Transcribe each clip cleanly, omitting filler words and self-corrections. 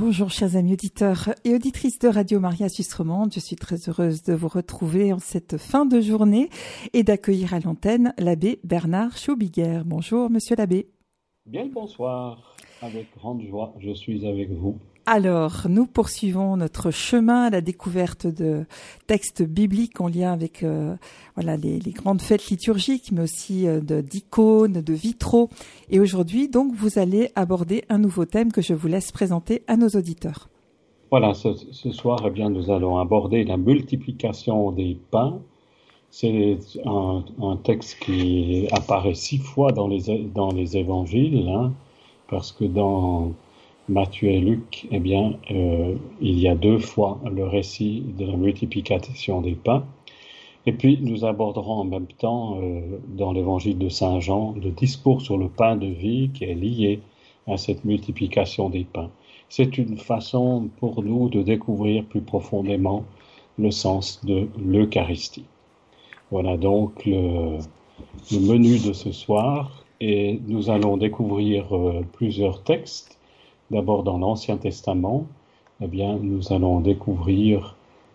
Bonjour chers amis auditeurs et auditrices de Radio Maria Suisse Romande, je suis très heureuse de vous retrouver en cette fin de journée et d'accueillir à l'antenne l'abbé Bernard Schubiger. Bonjour monsieur l'abbé. Bien le bonsoir, avec grande joie, je suis avec vous. Alors, nous poursuivons notre chemin à la découverte de textes bibliques en lien avec les grandes fêtes liturgiques, mais aussi d'icônes, de vitraux. Et aujourd'hui, donc, vous allez aborder un nouveau thème que je vous laisse présenter à nos auditeurs. Voilà, ce soir, nous allons aborder la multiplication des pains. C'est un texte qui apparaît 6 fois dans les évangiles, parce que dans Matthieu et Luc, il y a 2 fois le récit de la multiplication des pains. Et puis, nous aborderons en même temps, dans l'évangile de Saint Jean, le discours sur le pain de vie qui est lié à cette multiplication des pains. C'est une façon pour nous de découvrir plus profondément le sens de l'Eucharistie. Voilà donc le menu de ce soir, et nous allons découvrir plusieurs textes. D'abord, dans l'Ancien Testament, nous allons découvrir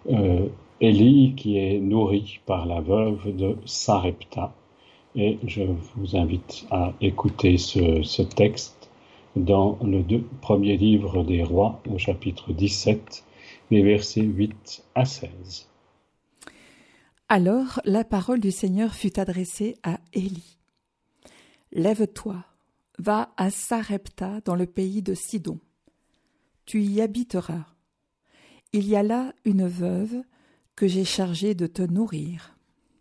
Élie qui est nourri par la veuve de Sarepta. Et je vous invite à écouter ce texte dans le premier livre des Rois, au chapitre 17, les versets 8 à 16. Alors, la parole du Seigneur fut adressée à Élie. « Lève-toi, va à Sarepta dans le pays de Sidon. Tu y habiteras. Il y a là une veuve que j'ai chargée de te nourrir. »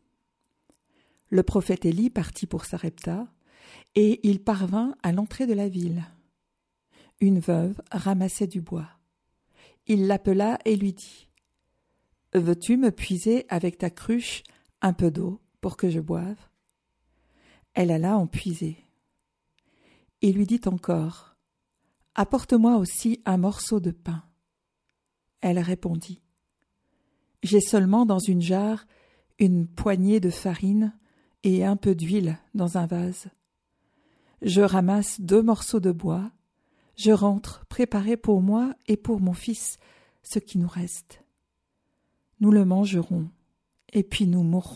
Le prophète Élie partit pour Sarepta, et il parvint à l'entrée de la ville. Une veuve ramassait du bois. Il l'appela et lui dit : « Veux-tu me puiser avec ta cruche un peu d'eau pour que je boive ? » Elle alla en puiser. Il lui dit encore : « Apporte-moi aussi un morceau de pain. » Elle répondit : « J'ai seulement dans une jarre une poignée de farine et un peu d'huile dans un vase. Je ramasse 2 morceaux de bois, je rentre préparer pour moi et pour mon fils ce qui nous reste. Nous le mangerons, et puis nous mourrons. »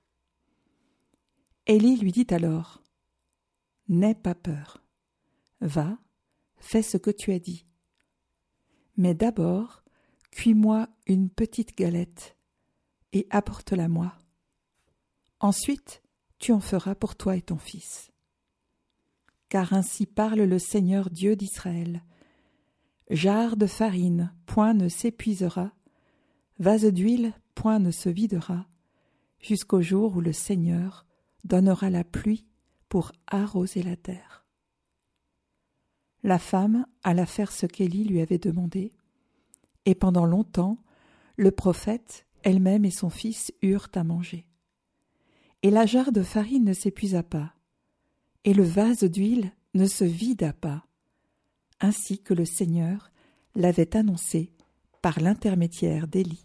Élie lui dit alors : « N'aie pas peur. Va, fais ce que tu as dit. Mais d'abord, cuis-moi une petite galette et apporte-la-moi. Ensuite, tu en feras pour toi et ton fils. Car ainsi parle le Seigneur Dieu d'Israël. Jarre de farine, point ne s'épuisera, vase d'huile, point ne se videra, jusqu'au jour où le Seigneur donnera la pluie pour arroser la terre. » La femme alla faire ce qu'Élie lui avait demandé, et pendant longtemps, le prophète, elle-même et son fils eurent à manger. Et la jarre de farine ne s'épuisa pas, et le vase d'huile ne se vida pas, ainsi que le Seigneur l'avait annoncé par l'intermédiaire d'Élie.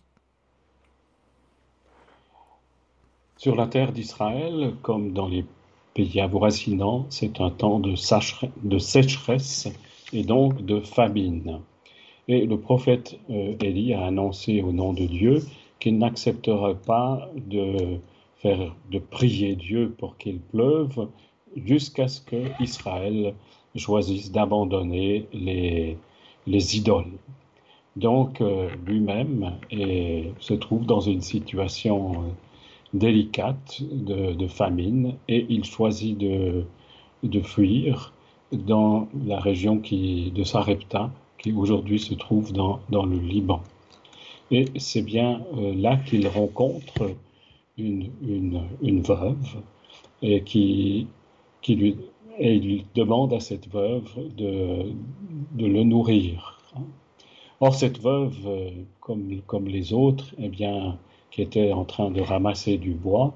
Sur la terre d'Israël, comme dans les pays avoisinants, c'est un temps de sécheresse et donc de famine. Et le prophète Élie a annoncé au nom de Dieu qu'il n'accepterait pas de prier Dieu pour qu'il pleuve jusqu'à ce que Israël choisisse d'abandonner les idoles. Donc lui-même se trouve dans une situation délicate de famine, et il choisit de fuir dans la région de Sarepta, qui aujourd'hui se trouve dans le Liban. Et c'est bien là qu'il rencontre une veuve, et il lui demande à cette veuve de le nourrir. Or, cette veuve, comme les autres, qui était en train de ramasser du bois,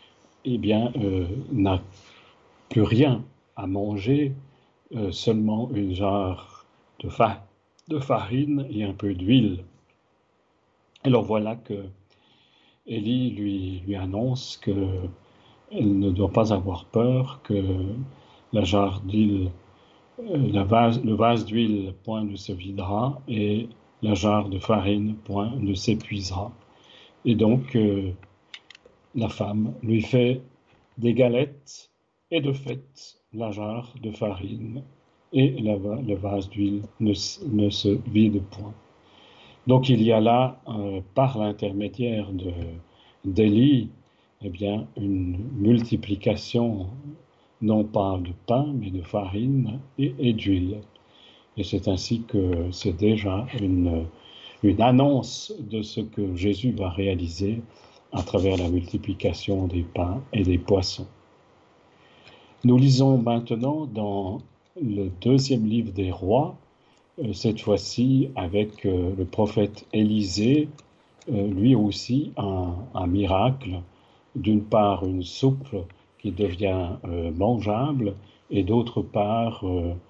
n'a plus rien à manger, seulement une jarre de farine et un peu d'huile. Alors voilà que Élie lui annonce qu'elle ne doit pas avoir peur, que la jarre d'huile le vase d'huile, point ne se videra, et la jarre de farine, point ne s'épuisera. Et donc, la femme lui fait des galettes, et de fait, la jarre de farine et le vase d'huile ne se vide point. Donc, il y a là, par l'intermédiaire d'Élie, eh bien, une multiplication, non pas de pain, mais de farine et d'huile. Et c'est ainsi que c'est déjà une annonce de ce que Jésus va réaliser à travers la multiplication des pains et des poissons. Nous lisons maintenant dans le 2e livre des Rois, cette fois-ci avec le prophète Élisée, lui aussi un miracle, d'une part une soupe qui devient mangeable et d'autre part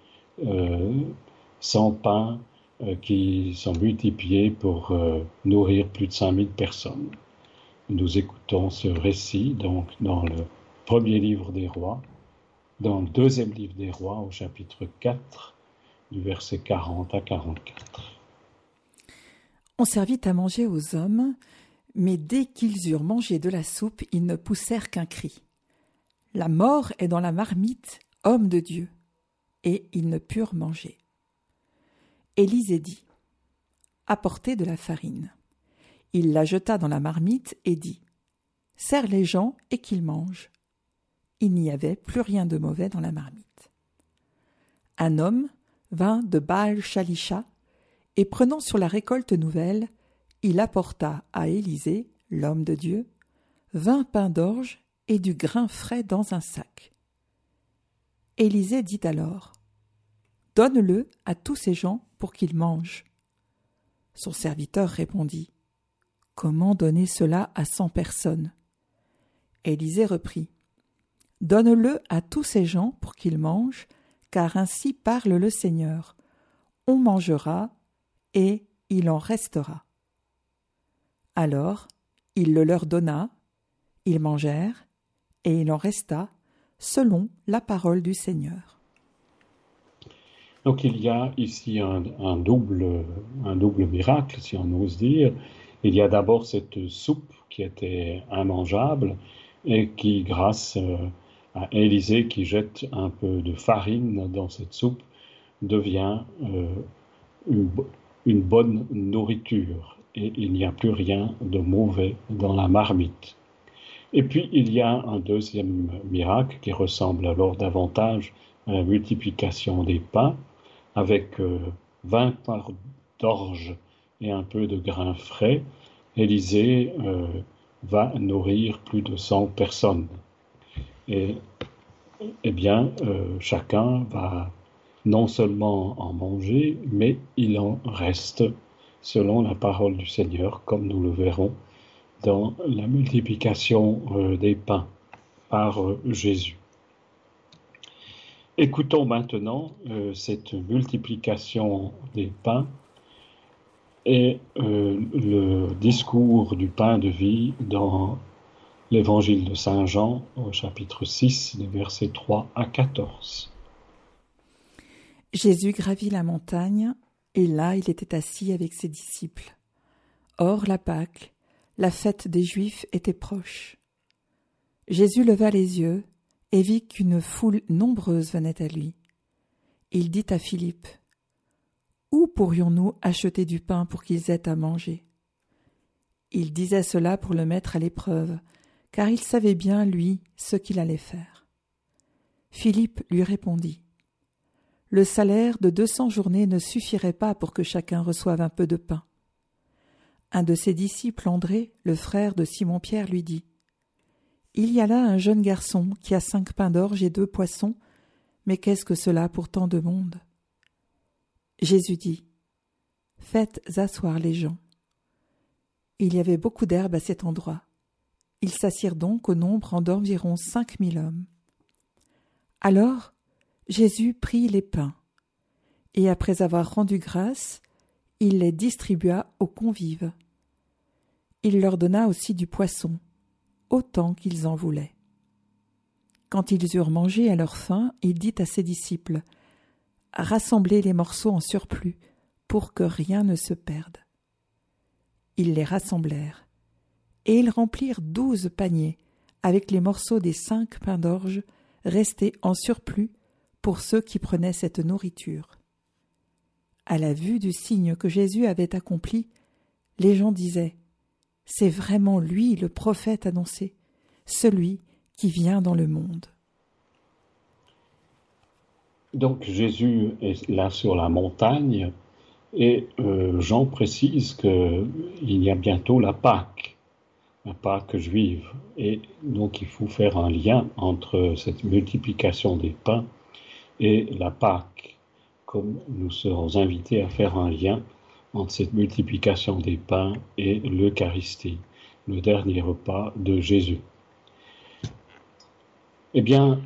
100 pains qui sont multipliés pour nourrir plus de 5000 personnes. Nous écoutons ce récit donc dans le 1er livre des Rois, dans le 2e livre des Rois au chapitre 4, du verset 40 à 44. On servit à manger aux hommes, mais dès qu'ils eurent mangé de la soupe, ils ne poussèrent qu'un cri. « La mort est dans la marmite, homme de Dieu !» Et ils ne purent manger. Élisée dit « Apportez de la farine. » Il la jeta dans la marmite et dit « Sers les gens et qu'ils mangent. » Il n'y avait plus rien de mauvais dans la marmite. Un homme vint de Baal-Shalisha, et prenant sur la récolte nouvelle, il apporta à Élisée, l'homme de Dieu, 20 pains d'orge et du grain frais dans un sac. Élisée dit alors « Donne-le à tous ces gens pour qu'ils mangent. » Son serviteur répondit « Comment donner cela à 100 personnes ?» Élisée reprit « Donne-le à tous ces gens pour qu'ils mangent, car ainsi parle le Seigneur. On mangera et il en restera. » Alors il le leur donna, ils mangèrent, et il en resta, selon la parole du Seigneur. Donc il y a ici un double miracle, si on ose dire. Il y a d'abord cette soupe qui était immangeable et qui, grâce à Élisée qui jette un peu de farine dans cette soupe, devient une bonne nourriture. Et il n'y a plus rien de mauvais dans la marmite. Et puis il y a un deuxième miracle qui ressemble alors davantage à la multiplication des pains, avec 20 parts d'orge et un peu de grain frais. Élisée va nourrir plus de 100 personnes. Et eh bien, chacun va non seulement en manger, mais il en reste, selon la parole du Seigneur, comme nous le verrons dans la multiplication des pains par Jésus. Écoutons maintenant cette multiplication des pains et le discours du pain de vie dans l'évangile de Saint Jean au chapitre 6, des versets 3 à 14. Jésus gravit la montagne, et là il était assis avec ses disciples. Or la Pâque, la fête des Juifs, était proche. Jésus leva les yeux et vit qu'une foule nombreuse venait à lui. Il dit à Philippe : « Où pourrions-nous acheter du pain pour qu'ils aient à manger ?» Il disait cela pour le mettre à l'épreuve, car il savait bien, lui, ce qu'il allait faire. Philippe lui répondit : « Le salaire de 200 journées ne suffirait pas pour que chacun reçoive un peu de pain. » Un de ses disciples, André, le frère de Simon-Pierre, lui dit : « Il y a là un jeune garçon qui a 5 pains d'orge et 2 poissons, mais qu'est-ce que cela pour tant de monde ?» Jésus dit : « Faites asseoir les gens. » Il y avait beaucoup d'herbe à cet endroit. Ils s'assirent donc au nombre d'environ 5000 hommes. Alors Jésus prit les pains, et après avoir rendu grâce, il les distribua aux convives. Il leur donna aussi du poisson, autant qu'ils en voulaient. Quand ils eurent mangé à leur faim, il dit à ses disciples : « rassembler les morceaux en surplus pour que rien ne se perde. Ils les rassemblèrent, et ils remplirent 12 paniers avec les morceaux des 5 pains d'orge restés en surplus pour ceux qui prenaient cette nourriture. À la vue du signe que Jésus avait accompli, les gens disaient « C'est vraiment lui le prophète annoncé, celui qui vient dans le monde. » Donc Jésus est là sur la montagne et Jean précise qu'il y a bientôt la Pâque juive. Et donc il faut faire un lien entre cette multiplication des pains et la Pâque, comme nous serons invités à faire un lien entre cette multiplication des pains et l'Eucharistie, le dernier repas de Jésus. Eh bien,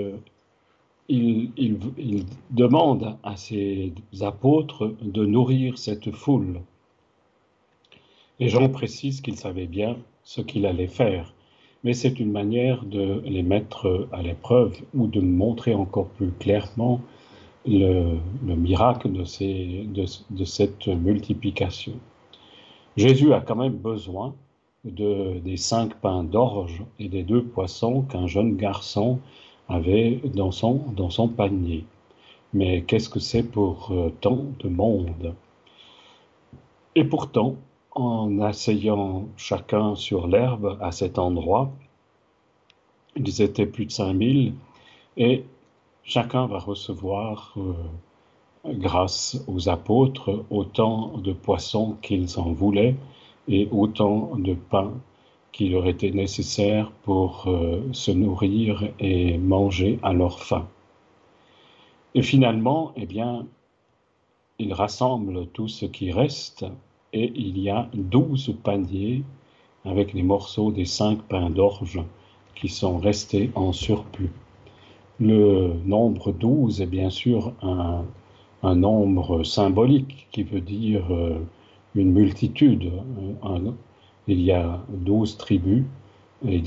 il demande à ses apôtres de nourrir cette foule. Et Jean précise qu'il savait bien ce qu'il allait faire, mais c'est une manière de les mettre à l'épreuve ou de montrer encore plus clairement le miracle de cette multiplication. Jésus a quand même besoin des 5 pains d'orge et des 2 poissons qu'un jeune garçon avait dans son panier. Mais qu'est-ce que c'est pour tant de monde? Et pourtant, en asseyant chacun sur l'herbe à cet endroit, ils étaient plus de 5000, et chacun va recevoir, grâce aux apôtres, autant de poissons qu'ils en voulaient et autant de pain qu'il leur était nécessaire pour se nourrir et manger à leur faim. Et finalement, eh bien, ils rassemblent tout ce qui reste et il y a 12 paniers avec les morceaux des 5 pains d'orge qui sont restés en surplus. Le nombre 12 est bien sûr un nombre symbolique qui veut dire une multitude. Il y a 12 tribus, et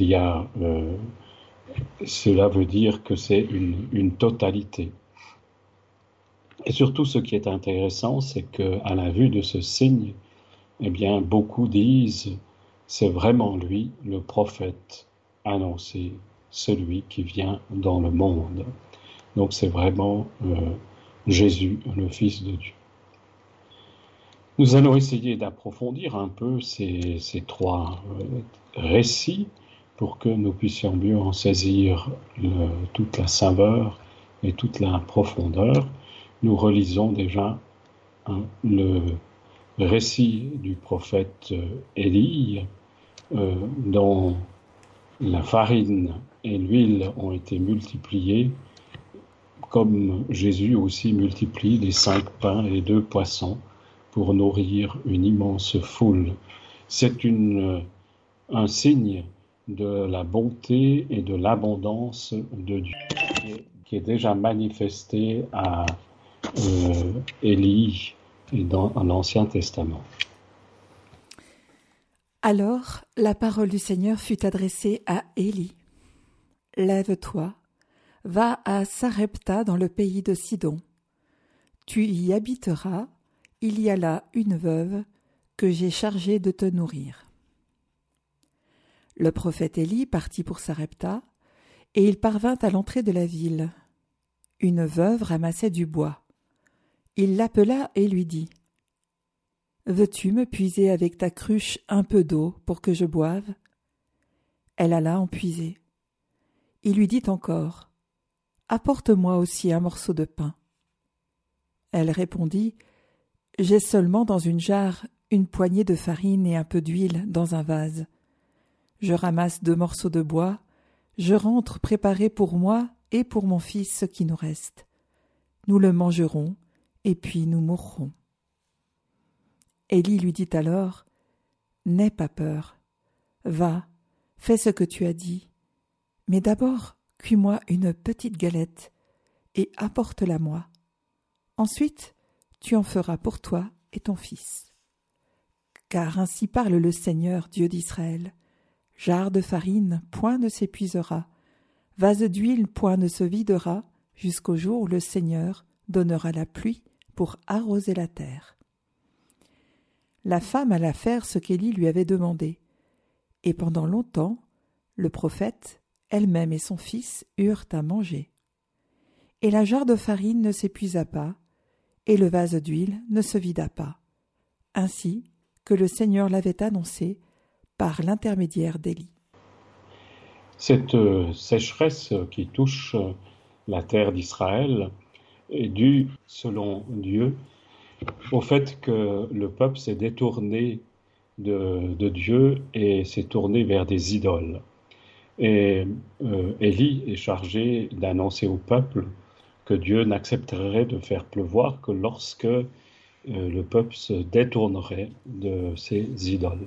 cela veut dire que c'est une totalité. Et surtout, ce qui est intéressant, c'est qu'à la vue de ce signe, eh bien, beaucoup disent, c'est vraiment lui, le prophète annoncé, celui qui vient dans le monde. Donc c'est vraiment Jésus, le Fils de Dieu. Nous allons essayer d'approfondir un peu ces 3 récits pour que nous puissions mieux en saisir toute la saveur et toute la profondeur. Nous relisons déjà le récit du prophète Élie, dont la farine et l'huile ont été multipliées, comme Jésus aussi multiplie les 5 pains et 2 poissons pour nourrir une immense foule. C'est un signe de la bonté et de l'abondance de Dieu qui est déjà manifesté à Élie et dans l'Ancien Testament. Alors la parole du Seigneur fut adressée à Élie. « Lève-toi, va à Sarepta dans le pays de Sidon. Tu y habiteras, il y a là une veuve que j'ai chargée de te nourrir. » Le prophète Élie partit pour Sarepta, et il parvint à l'entrée de la ville. Une veuve ramassait du bois. Il l'appela et lui dit « Veux-tu me puiser avec ta cruche un peu d'eau pour que je boive ?» Elle alla en puiser. Il lui dit encore « Apporte-moi aussi un morceau de pain. » Elle répondit « J'ai seulement dans une jarre une poignée de farine et un peu d'huile dans un vase. Je ramasse 2 morceaux de bois, je rentre préparer pour moi et pour mon fils ce qui nous reste. Nous le mangerons, et puis nous mourrons. » Élie lui dit alors « N'aie pas peur, va, fais ce que tu as dit, mais d'abord cuis-moi une petite galette et apporte-la-moi. Ensuite, tu en feras pour toi et ton fils. Car ainsi parle le Seigneur, Dieu d'Israël. Jarre de farine, point ne s'épuisera, vase d'huile, point ne se videra, jusqu'au jour où le Seigneur donnera la pluie pour arroser la terre. La femme alla faire ce qu'Élie lui avait demandé, et pendant longtemps, le prophète, elle-même et son fils eurent à manger. Et la jarre de farine ne s'épuisa pas, et le vase d'huile ne se vida pas, ainsi que le Seigneur l'avait annoncé par l'intermédiaire d'Élie. Cette sécheresse qui touche la terre d'Israël est due, selon Dieu, au fait que le peuple s'est détourné de Dieu et s'est tourné vers des idoles. Et Élie est chargé d'annoncer au peuple que Dieu n'accepterait de faire pleuvoir que lorsque le peuple se détournerait de ses idoles.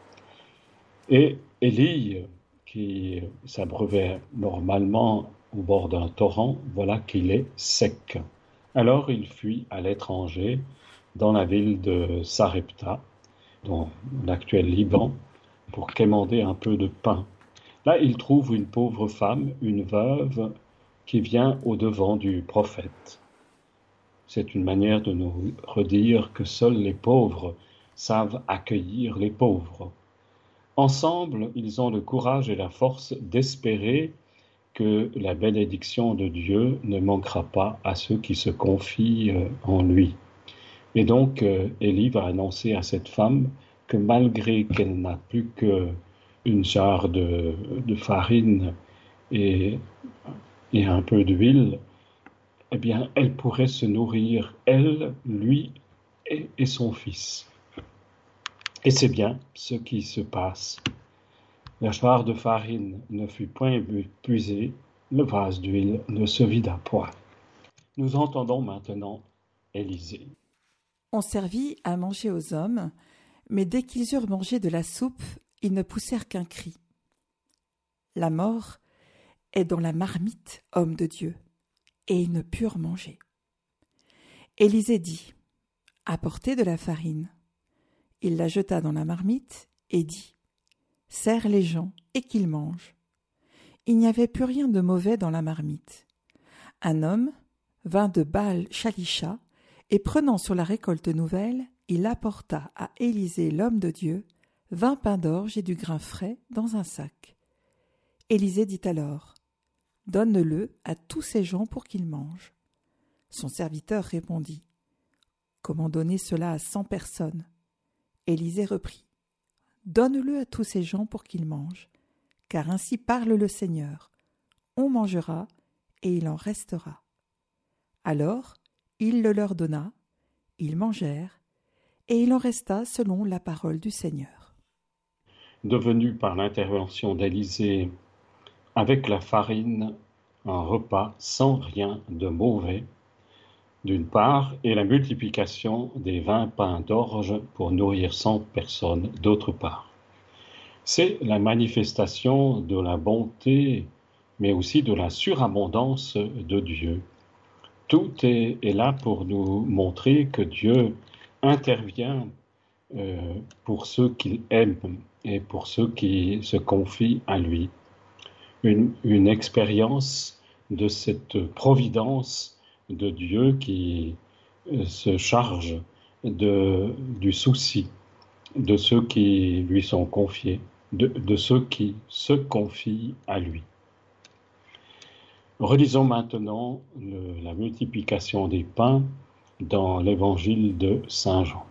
Et Élie, qui s'abreuvait normalement au bord d'un torrent, voilà qu'il est sec. Alors il fuit à l'étranger, dans la ville de Sarepta, dans l'actuel Liban, pour quémander un peu de pain. Là, il trouve une pauvre femme, une veuve, qui vient au-devant du prophète. C'est une manière de nous redire que seuls les pauvres savent accueillir les pauvres. Ensemble, ils ont le courage et la force d'espérer que la bénédiction de Dieu ne manquera pas à ceux qui se confient en lui. Et donc, Élie va annoncer à cette femme que malgré qu'elle n'a plus qu'une jarre de farine et un peu d'huile, eh bien, elle pourrait se nourrir, elle, lui et son fils. Et c'est bien ce qui se passe. La jarre de farine ne fut point épuisée, le vase d'huile ne se vida point. Nous entendons maintenant Élisée. On servit à manger aux hommes, mais dès qu'ils eurent mangé de la soupe, ils ne poussèrent qu'un cri. La mort est dans la marmite, homme de Dieu, et ils ne purent manger. Élisée dit, « Apportez de la farine. » Il la jeta dans la marmite et dit, « Sers les gens et qu'ils mangent. » Il n'y avait plus rien de mauvais dans la marmite. Un homme vint de Baal-Shalisha, et prenant sur la récolte nouvelle, il apporta à Élisée l'homme de Dieu 20 pains d'orge et du grain frais dans un sac. Élisée dit alors, « Donne-le à tous ces gens pour qu'ils mangent. » Son serviteur répondit, « Comment donner cela à 100 personnes ?» Élisée reprit, « Donne-le à tous ces gens pour qu'ils mangent, car ainsi parle le Seigneur. On mangera et il en restera. » Alors, il le leur donna, ils mangèrent, et il en resta selon la parole du Seigneur. Devenu par l'intervention d'Élisée avec la farine un repas sans rien de mauvais, d'une part, et la multiplication des 20 pains d'orge pour nourrir 100 personnes, d'autre part. C'est la manifestation de la bonté, mais aussi de la surabondance de Dieu. Tout est là pour nous montrer que Dieu intervient pour ceux qu'il aime et pour ceux qui se confient à lui. Une expérience de cette providence de Dieu qui se charge du souci de ceux qui lui sont confiés, de ceux qui se confient à lui. Relisons maintenant la multiplication des pains dans l'évangile de Saint Jean.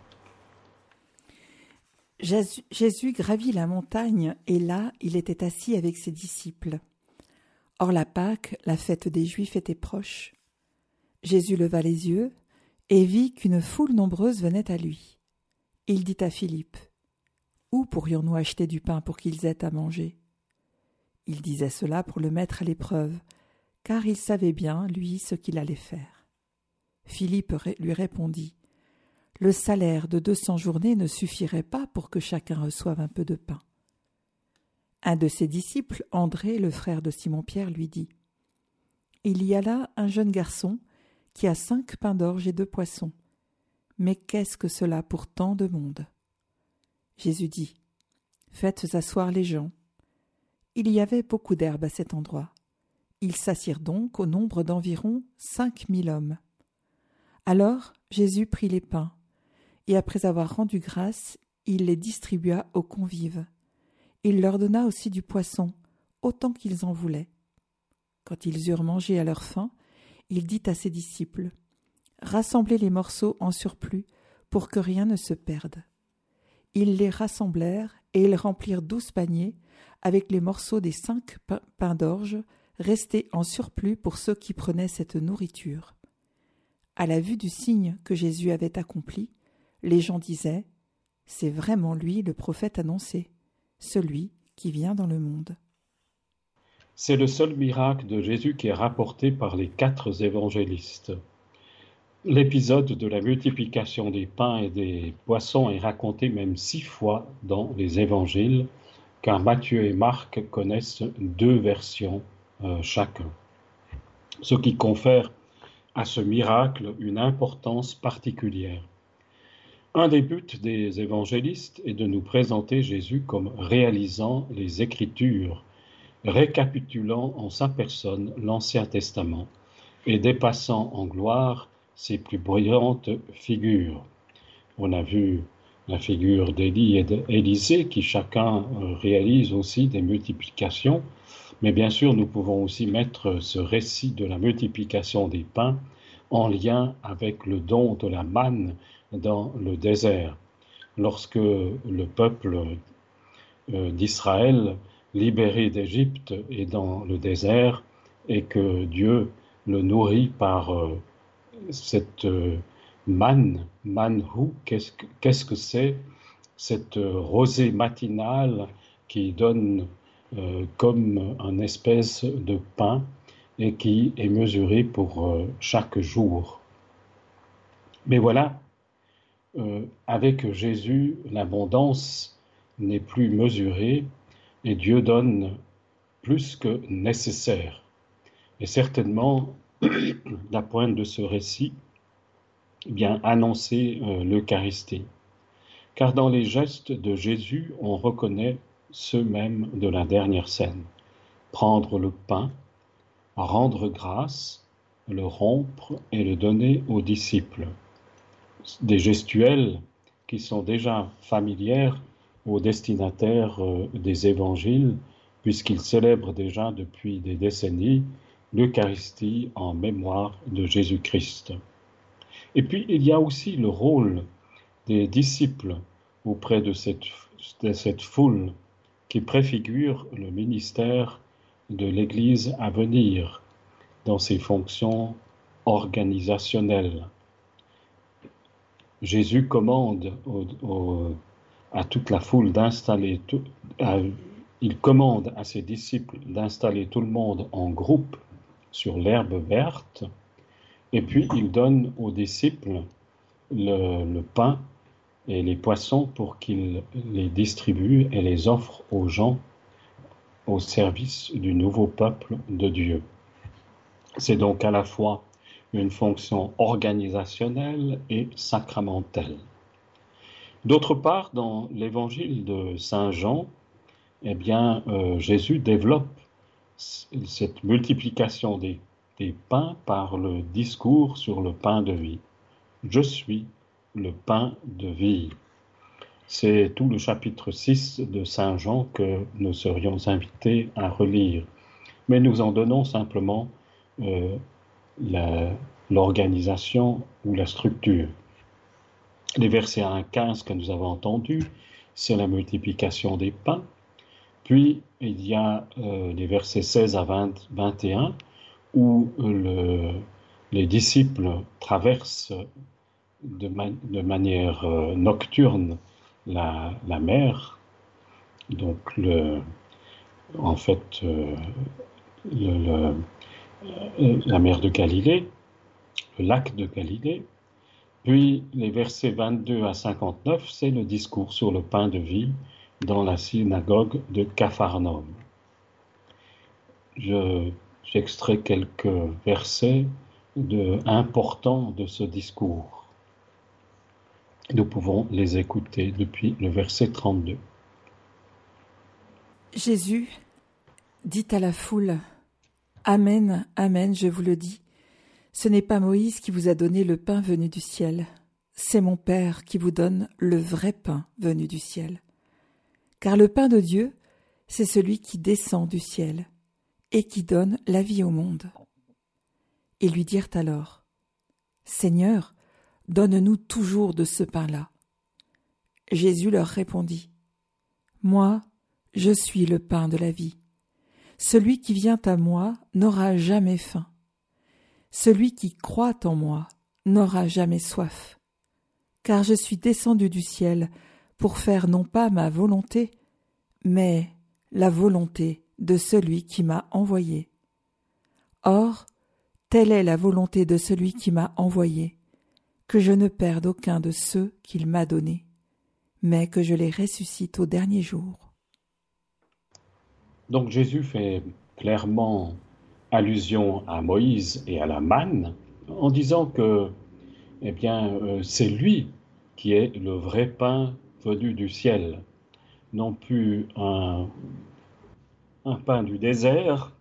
Jésus gravit la montagne, et là, il était assis avec ses disciples. Or la Pâque, la fête des Juifs, était proche. Jésus leva les yeux et vit qu'une foule nombreuse venait à lui. Il dit à Philippe, « Où pourrions-nous acheter du pain pour qu'ils aient à manger ?» Il disait cela pour le mettre à l'épreuve, car il savait bien, lui, ce qu'il allait faire. Philippe lui répondit, « Le salaire de 200 journées ne suffirait pas pour que chacun reçoive un peu de pain. » Un de ses disciples, André, le frère de Simon-Pierre, lui dit, « Il y a là un jeune garçon qui a 5 pains d'orge et 2 poissons. Mais qu'est-ce que cela pour tant de monde ?» Jésus dit, « Faites asseoir les gens. » Il y avait beaucoup d'herbe à cet endroit. Ils s'assirent donc au nombre d'environ 5000 hommes. Alors Jésus prit les pains, et après avoir rendu grâce, il les distribua aux convives. Il leur donna aussi du poisson, autant qu'ils en voulaient. Quand ils eurent mangé à leur faim, il dit à ses disciples : « Rassemblez les morceaux en surplus pour que rien ne se perde. » Ils les rassemblèrent et ils remplirent 12 paniers avec les morceaux des 5 pains d'orge restés en surplus pour ceux qui prenaient cette nourriture. À la vue du signe que Jésus avait accompli, les gens disaient : « C'est vraiment lui le prophète annoncé, celui qui vient dans le monde. » C'est le seul miracle de Jésus qui est rapporté par les 4 évangélistes. L'épisode de la multiplication des pains et des poissons est raconté même 6 fois dans les évangiles, car Matthieu et Marc connaissent 2 versions chacun. Ce qui confère à ce miracle une importance particulière. Un des buts des évangélistes est de nous présenter Jésus comme réalisant les Écritures, récapitulant en sa personne l'Ancien Testament et dépassant en gloire ses plus brillantes figures. On a vu la figure d'Élie et d'Élisée qui chacun réalise aussi des multiplications, mais bien sûr nous pouvons aussi mettre ce récit de la multiplication des pains en lien avec le don de la manne dans le désert, lorsque le peuple d'Israël, libéré d'Égypte, est dans le désert et que Dieu le nourrit par cette manhu, qu'est-ce que c'est? Cette rosée matinale qui donne comme une espèce de pain et qui est mesuré pour chaque jour. Mais voilà, avec Jésus, l'abondance n'est plus mesurée et Dieu donne plus que nécessaire. Et certainement, la pointe de ce récit, bien annoncer l'Eucharistie. Car dans les gestes de Jésus, on reconnaît ceux mêmes de la dernière scène. Prendre le pain, rendre grâce, le rompre et le donner aux disciples. Des gestuels qui sont déjà familières aux destinataires des évangiles, puisqu'ils célèbrent déjà depuis des décennies l'Eucharistie en mémoire de Jésus-Christ. Et puis il y a aussi le rôle des disciples auprès de cette foule qui préfigure le ministère de l'Église à venir dans ses fonctions organisationnelles. Jésus commande à toute la foule d'installer, il commande à ses disciples d'installer tout le monde en groupe sur l'herbe verte, et puis il donne aux disciples le pain et les poissons pour qu'ils les distribuent et les offrent aux gens au service du nouveau peuple de Dieu. C'est donc à la fois une fonction organisationnelle et sacramentelle. D'autre part, dans l'évangile de Saint Jean, Jésus développe cette multiplication des pains par le discours sur le pain de vie. Je suis le pain de vie. C'est tout le chapitre 6 de Saint Jean que nous serions invités à relire. Mais nous en donnons simplement l'organisation ou la structure. Les versets 1 à 15 que nous avons entendus, c'est la multiplication des pains. Puis il y a les versets 16 à 21 où les disciples traversent de manière nocturne la mer, donc la mer de Galilée, le lac de Galilée. Puis les versets 22 à 59, c'est le discours sur le pain de vie dans la synagogue de Capharnaüm. J'extrais quelques versets importants de ce discours. Nous pouvons les écouter depuis le verset 32. Jésus dit à la foule : « Amen, amen, je vous le dis, Ce n'est pas Moïse qui vous a donné le pain venu du ciel, c'est mon Père qui vous donne le vrai pain venu du ciel. Car le pain de Dieu, c'est celui qui descend du ciel et qui donne la vie au monde. » Ils lui dirent alors, « Seigneur, donne-nous toujours de ce pain-là. » Jésus leur répondit, « Moi, je suis le pain de la vie. Celui qui vient à moi n'aura jamais faim. Celui qui croit en moi n'aura jamais soif. Car je suis descendu du ciel pour faire non pas ma volonté, mais la volonté de celui qui m'a envoyé. Or, telle est la volonté de celui qui m'a envoyé, que je ne perde aucun de ceux qu'il m'a donnés, mais que je les ressuscite au dernier jour. » Donc Jésus fait clairement allusion à Moïse et à la manne en disant que c'est lui qui est le vrai pain venu du ciel, non plus un pain du désert,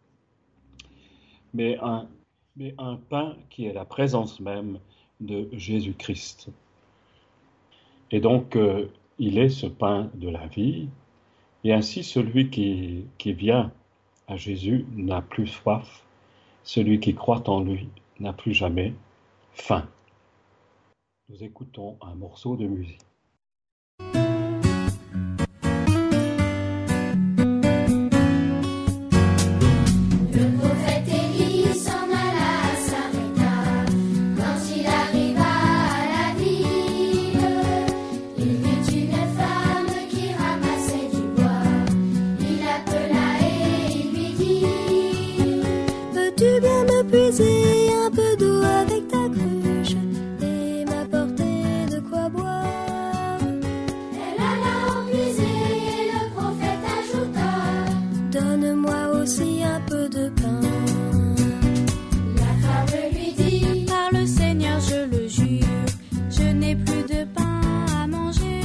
mais un pain qui est la présence même de Jésus-Christ. Et donc, il est ce pain de la vie, et ainsi celui qui vient à Jésus n'a plus soif, celui qui croit en lui n'a plus jamais faim. Nous écoutons un morceau de musique. Un peu d'eau avec ta cruche et m'apporter de quoi boire. Elle alla en puiser et le prophète ajouta, donne-moi aussi un peu de pain. La femme lui dit, par le Seigneur je le jure, je n'ai plus de pain à manger,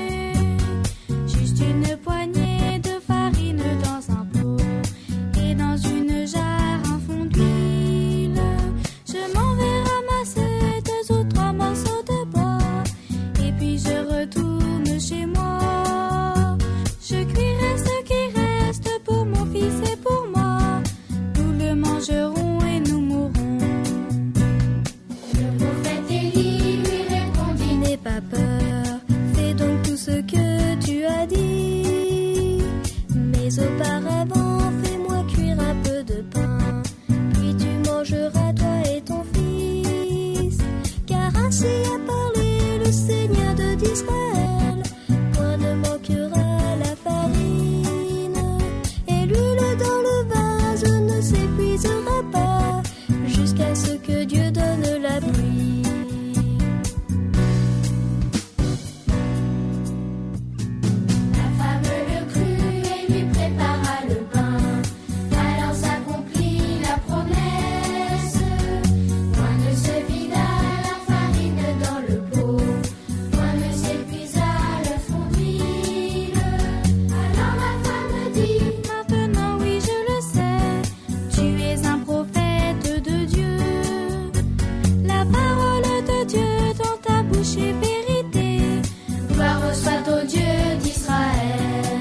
juste une poignée de farine dans un pot et dans une jarre un fond d'huile. Je m'en vais ramasser 2 ou 3 morceaux de bois et puis je retourne chez moi. Je cuirai ce qui reste pour mon fils et pour moi. Nous le mangerons et nous mourrons. Le prophète Élie lui répondit, n'aie pas peur, fais donc tout ce que tu as dit. Mais auparavant, fais-moi cuire un peu de pain, puis tu mangeras toi et ton fils. Car ainsi a parlé le Seigneur d'Israël, point ne manquera la farine, et l'huile dans le vase ne s'épuisera pas, jusqu'à ce que Dieu donne la pluie. La femme le crut et lui prépara le pain. Alors s'accomplit la promesse. Point ne se vida la farine dans le pot, point ne s'épuisa le fond d'huile. Alors la femme dit, maintenant oui je le sais, tu es un prophète de Dieu. La parole de Dieu dans ta bouche est vérité. Gloire soit au Dieu d'Israël.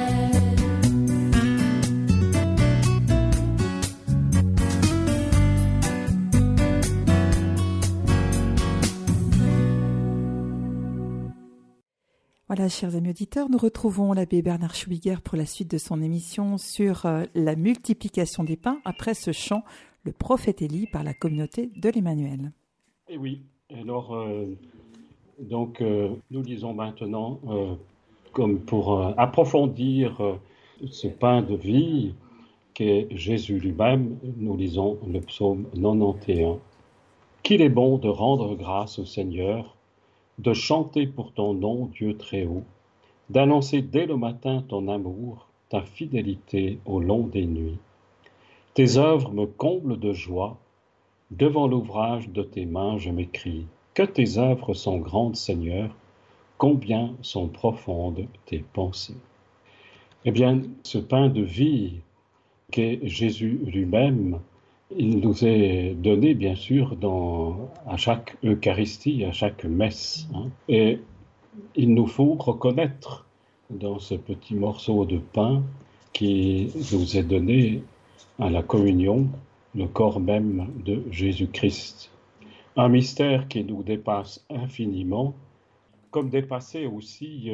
Voilà, chers amis auditeurs, nous retrouvons l'abbé Bernard Schwiger pour la suite de son émission sur la multiplication des pains après ce chant, le prophète Élie par la communauté de l'Emmanuel. Et oui, alors, nous lisons maintenant, comme pour approfondir ce pain de vie qu'est Jésus lui-même, nous lisons le psaume 91. Qu'il est bon de rendre grâce au Seigneur, de chanter pour ton nom, Dieu très haut, d'annoncer dès le matin ton amour, ta fidélité au long des nuits. Tes œuvres me comblent de joie, devant l'ouvrage de tes mains je m'écrie. Que tes œuvres sont grandes, Seigneur, combien sont profondes tes pensées. Eh bien, ce pain de vie qu'est Jésus lui-même Il nous est donné, bien sûr, à chaque Eucharistie, à chaque messe. Et il nous faut reconnaître dans ce petit morceau de pain qui nous est donné à la communion, le corps même de Jésus-Christ. Un mystère qui nous dépasse infiniment, comme dépassait aussi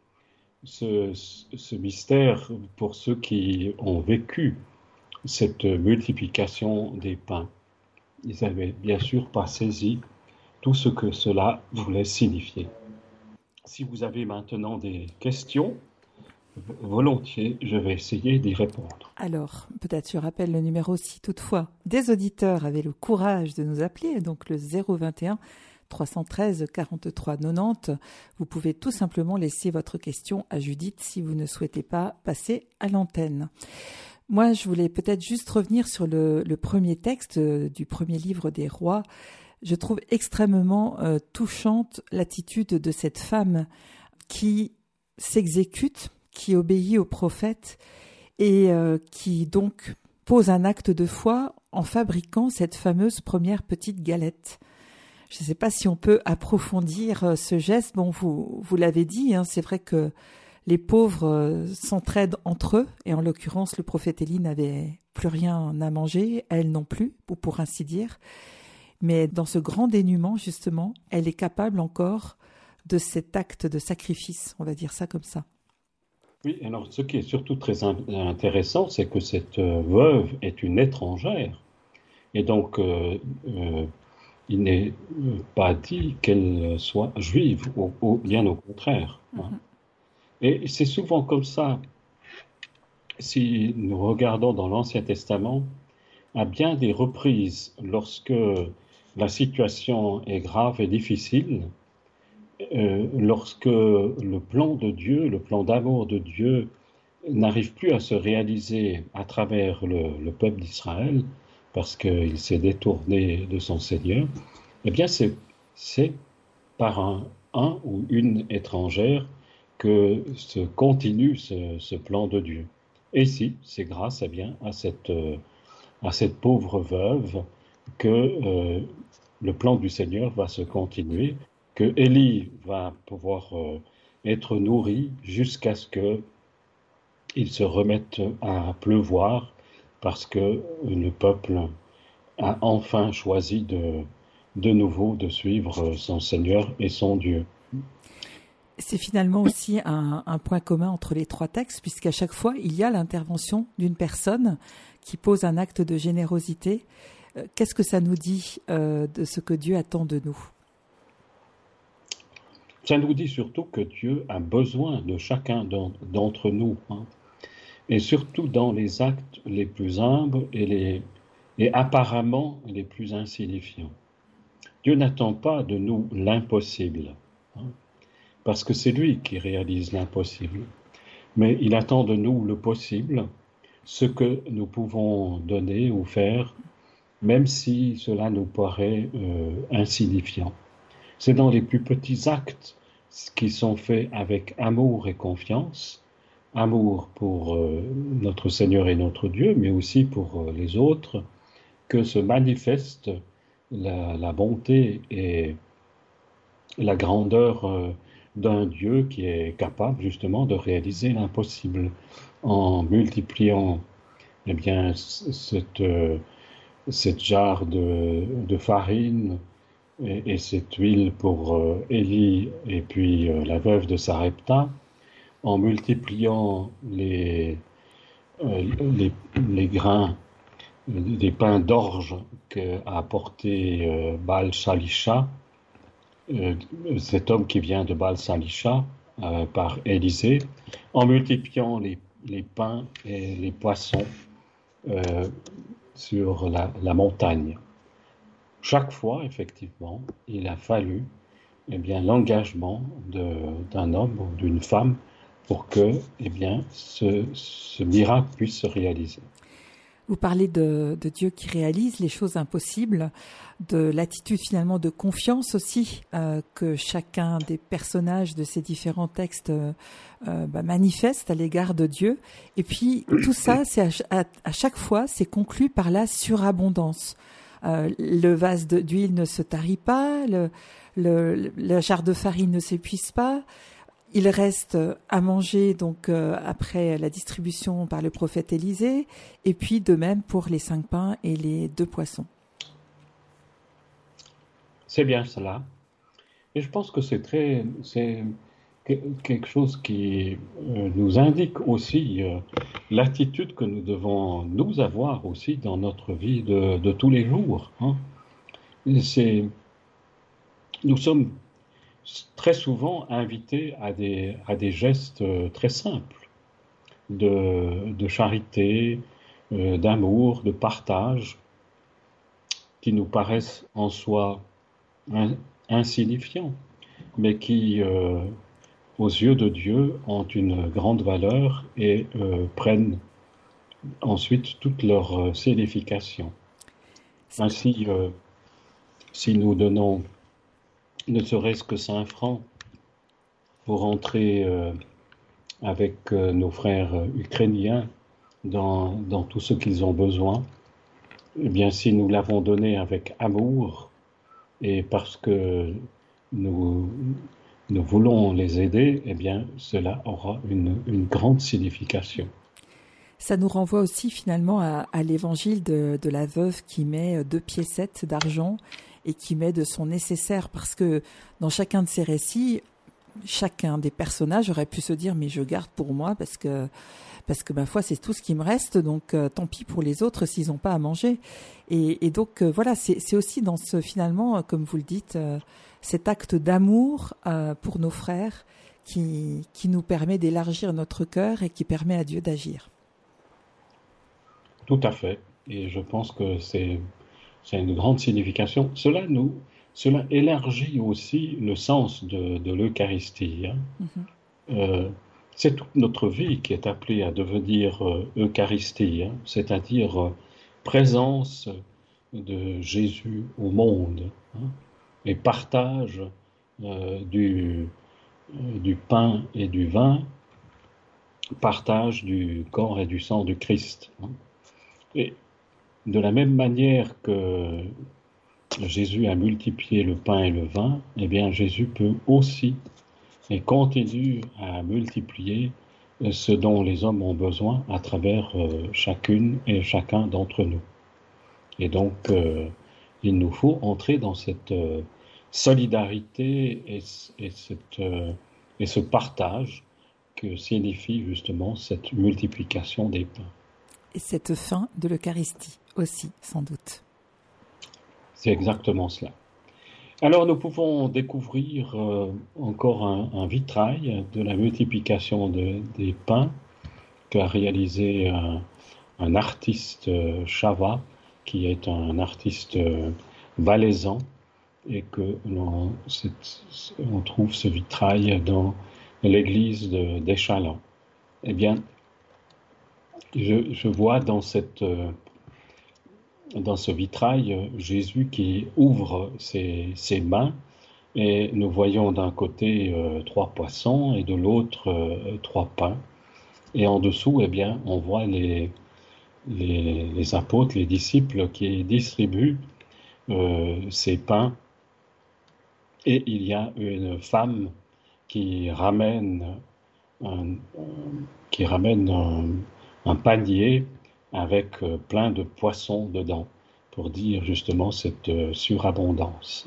ce mystère pour ceux qui ont vécu cette multiplication des pains. Ils n'avaient bien sûr pas saisi tout ce que cela voulait signifier. Si vous avez maintenant des questions, volontiers, je vais essayer d'y répondre. Alors, peut-être je rappelle le numéro si toutefois des auditeurs avaient le courage de nous appeler, donc le 021 313 43 90. Vous pouvez tout simplement laisser votre question à Judith si vous ne souhaitez pas passer à l'antenne. Moi, je voulais peut-être juste revenir sur le premier texte du premier livre des rois. Je trouve extrêmement touchante l'attitude de cette femme qui s'exécute, qui obéit au prophète et qui donc pose un acte de foi en fabriquant cette fameuse première petite galette. Je ne sais pas si on peut approfondir ce geste. Bon, vous l'avez dit, c'est vrai que les pauvres s'entraident entre eux, et en l'occurrence, le prophète Élie n'avait plus rien à manger, elle non plus, pour ainsi dire. Mais dans ce grand dénuement, justement, elle est capable encore de cet acte de sacrifice, on va dire ça comme ça. Oui, alors ce qui est surtout très intéressant, c'est que cette veuve est une étrangère. Et donc, il n'est pas dit qu'elle soit juive, bien au contraire. Et c'est souvent comme ça. Si nous regardons dans l'Ancien Testament, à bien des reprises, lorsque la situation est grave et difficile, lorsque le plan de Dieu, le plan d'amour de Dieu n'arrive plus à se réaliser à travers le peuple d'Israël, parce qu'il s'est détourné de son Seigneur, eh bien c'est par un ou une étrangère que se continue ce plan de Dieu. Et ici, c'est grâce à cette pauvre veuve que le plan du Seigneur va se continuer, que Élie va pouvoir être nourri jusqu'à ce qu'il se remette à pleuvoir, parce que le peuple a enfin choisi de nouveau de suivre son Seigneur et son Dieu. C'est finalement aussi un point commun entre les trois textes, puisqu'à chaque fois, il y a l'intervention d'une personne qui pose un acte de générosité. Qu'est-ce que ça nous dit de ce que Dieu attend de nous ? Ça nous dit surtout que Dieu a besoin de chacun d'entre nous, et surtout dans les actes les plus humbles et apparemment les plus insignifiants. Dieu n'attend pas de nous l'impossible, parce que c'est lui qui réalise l'impossible. Mais il attend de nous le possible, ce que nous pouvons donner ou faire, même si cela nous paraît insignifiant. C'est dans les plus petits actes qui sont faits avec amour et confiance, amour pour notre Seigneur et notre Dieu, mais aussi pour les autres, que se manifeste la bonté et la grandeur d'un Dieu qui est capable justement de réaliser l'impossible en multipliant cette jarre de farine et cette huile pour Élie et puis la veuve de Sarepta, en multipliant les grains des pains d'orge qu'a apporté Baal-Shalisha, cet homme qui vient de Baal-Shalisha par Élisée, en multipliant les pains et les poissons sur la montagne. Chaque fois, effectivement, il a fallu l'engagement d'un homme ou d'une femme pour que ce miracle puisse se réaliser. Vous parlez de Dieu qui réalise les choses impossibles, de l'attitude finalement de confiance aussi que chacun des personnages de ces différents textes manifeste à l'égard de Dieu. Et puis tout ça, c'est à chaque fois, c'est conclu par la surabondance. Le vase d'huile ne se tarit pas, le jarre de farine ne s'épuise pas. Il reste à manger donc après la distribution par le prophète Élisée, et puis de même pour les 5 pains et les 2 poissons. C'est bien cela. Et je pense que c'est quelque chose qui nous indique aussi l'attitude que nous devons nous avoir aussi dans notre vie de tous les jours. Hein. Nous sommes très souvent invités à des gestes très simples de charité, d'amour, de partage, qui nous paraissent en soi insignifiants, mais qui, aux yeux de Dieu, ont une grande valeur et prennent ensuite toute leur signification. Ainsi, si nous donnons ne serait-ce que 5 francs pour entrer avec nos frères ukrainiens dans tout ce qu'ils ont besoin, eh bien, si nous l'avons donné avec amour et parce que nous voulons les aider, eh bien, cela aura une grande signification. Ça nous renvoie aussi finalement à l'évangile de la veuve qui met 2 piécettes d'argent et qui met de son nécessaire, parce que dans chacun de ces récits, chacun des personnages aurait pu se dire mais je garde pour moi parce que ma foi c'est tout ce qui me reste, donc tant pis pour les autres s'ils n'ont pas à manger. Et donc voilà, c'est aussi dans ce finalement, comme vous le dites, cet acte d'amour pour nos frères qui nous permet d'élargir notre cœur et qui permet à Dieu d'agir. Tout à fait, et je pense que c'est une grande signification. Cela élargit aussi le sens de l'Eucharistie. Hein. C'est toute notre vie qui est appelée à devenir Eucharistie, hein, c'est-à-dire présence de Jésus au monde, hein, et partage du pain et du vin, partage du corps et du sang du Christ. Hein. Et de la même manière que Jésus a multiplié le pain et le vin, eh bien Jésus peut aussi et continue à multiplier ce dont les hommes ont besoin à travers chacune et chacun d'entre nous. Et donc, il nous faut entrer dans cette solidarité et ce partage que signifie justement cette multiplication des pains. Et cette fin de l'Eucharistie aussi, sans doute. C'est exactement cela. Alors nous pouvons découvrir encore un vitrail de la multiplication des pains qu'a réalisé un artiste Chava, qui est un artiste valaisan, et que on trouve ce vitrail dans l'église d'Échallens. Eh bien, je vois dans ce vitrail Jésus qui ouvre ses mains, et nous voyons d'un côté 3 poissons et de l'autre 3 pains. Et en dessous, eh bien, on voit les apôtres, les disciples qui distribuent ces pains. Et il y a une femme qui ramène un panier avec plein de poissons dedans, pour dire justement cette surabondance.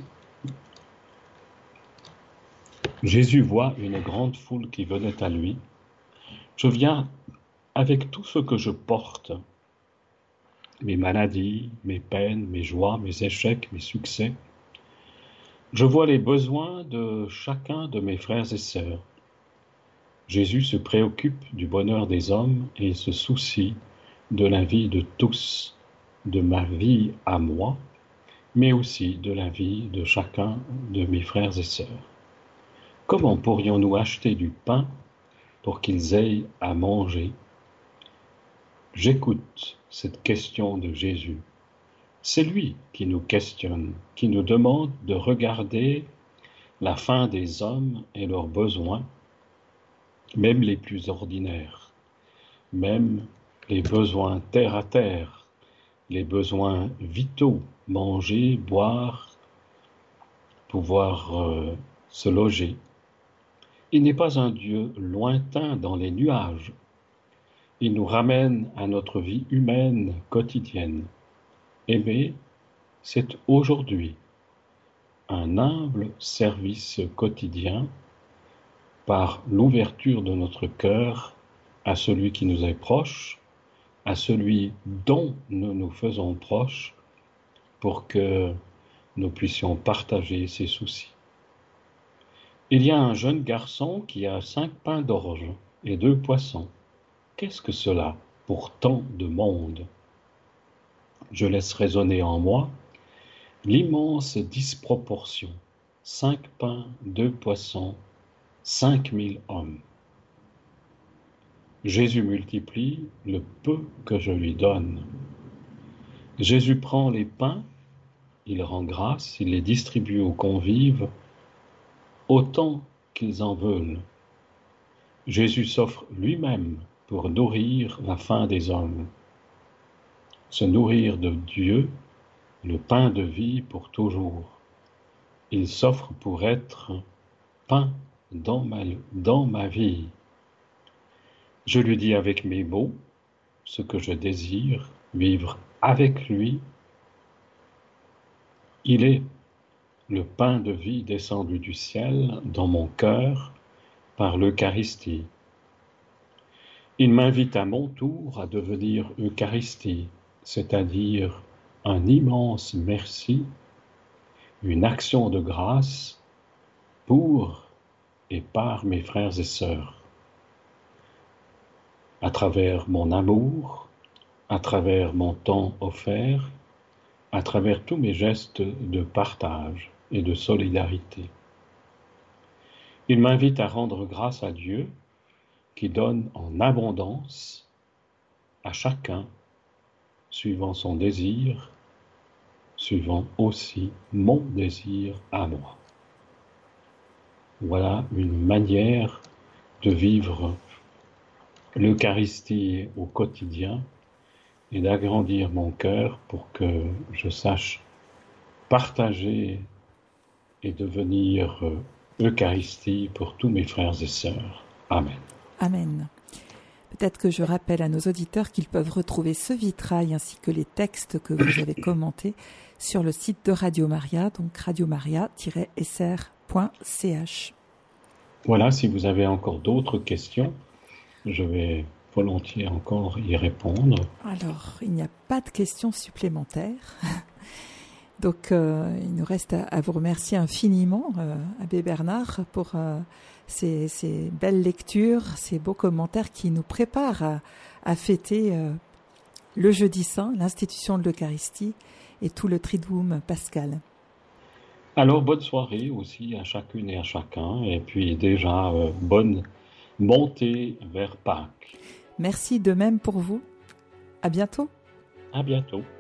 Jésus voit une grande foule qui venait à lui. Je viens avec tout ce que je porte, mes maladies, mes peines, mes joies, mes échecs, mes succès. Je vois les besoins de chacun de mes frères et sœurs. Jésus se préoccupe du bonheur des hommes et se soucie de la vie de tous, de ma vie à moi, mais aussi de la vie de chacun de mes frères et sœurs. Comment pourrions-nous acheter du pain pour qu'ils aient à manger? J'écoute cette question de Jésus. C'est lui qui nous questionne, qui nous demande de regarder la fin des hommes et leurs besoins, même les plus ordinaires, même les besoins terre à terre, les besoins vitaux, manger, boire, pouvoir se loger. Il n'est pas un Dieu lointain dans les nuages. Il nous ramène à notre vie humaine quotidienne. Aimer, c'est aujourd'hui un humble service quotidien par l'ouverture de notre cœur à celui qui nous est proche, à celui dont nous nous faisons proches, pour que nous puissions partager ses soucis. Il y a un jeune garçon qui a 5 pains d'orge et 2 poissons. Qu'est-ce que cela pour tant de monde? Je laisse résonner en moi l'immense disproportion. 5 pains, 2 poissons, 5000 hommes. Jésus multiplie le peu que je lui donne. Jésus prend les pains, il rend grâce, il les distribue aux convives, autant qu'ils en veulent. Jésus s'offre lui-même pour nourrir la faim des hommes. Se nourrir de Dieu, le pain de vie pour toujours. Il s'offre pour être pain dans ma vie. Je lui dis avec mes mots ce que je désire, vivre avec lui. Il est le pain de vie descendu du ciel dans mon cœur par l'Eucharistie. Il m'invite à mon tour à devenir Eucharistie, c'est-à-dire un immense merci, une action de grâce pour et par mes frères et sœurs, à travers mon amour, à travers mon temps offert, à travers tous mes gestes de partage et de solidarité. Il m'invite à rendre grâce à Dieu qui donne en abondance à chacun, suivant son désir, suivant aussi mon désir à moi. Voilà une manière de vivre l'Eucharistie au quotidien et d'agrandir mon cœur pour que je sache partager et devenir Eucharistie pour tous mes frères et sœurs. Amen. Amen. Peut-être que je rappelle à nos auditeurs qu'ils peuvent retrouver ce vitrail ainsi que les textes que vous avez commentés sur le site de Radio Maria, donc radiomaria-sr.ch. Voilà, si vous avez encore d'autres questions, je vais volontiers encore y répondre. Alors, il n'y a pas de questions supplémentaires. Donc, il nous reste à vous remercier infiniment, Abbé Bernard, pour ces belles lectures, ces beaux commentaires qui nous préparent à fêter le Jeudi Saint, l'institution de l'Eucharistie et tout le Triduum pascal. Alors, bonne soirée aussi à chacune et à chacun, et puis déjà, bonne montée vers Pâques. Merci de même pour vous. À bientôt. À bientôt.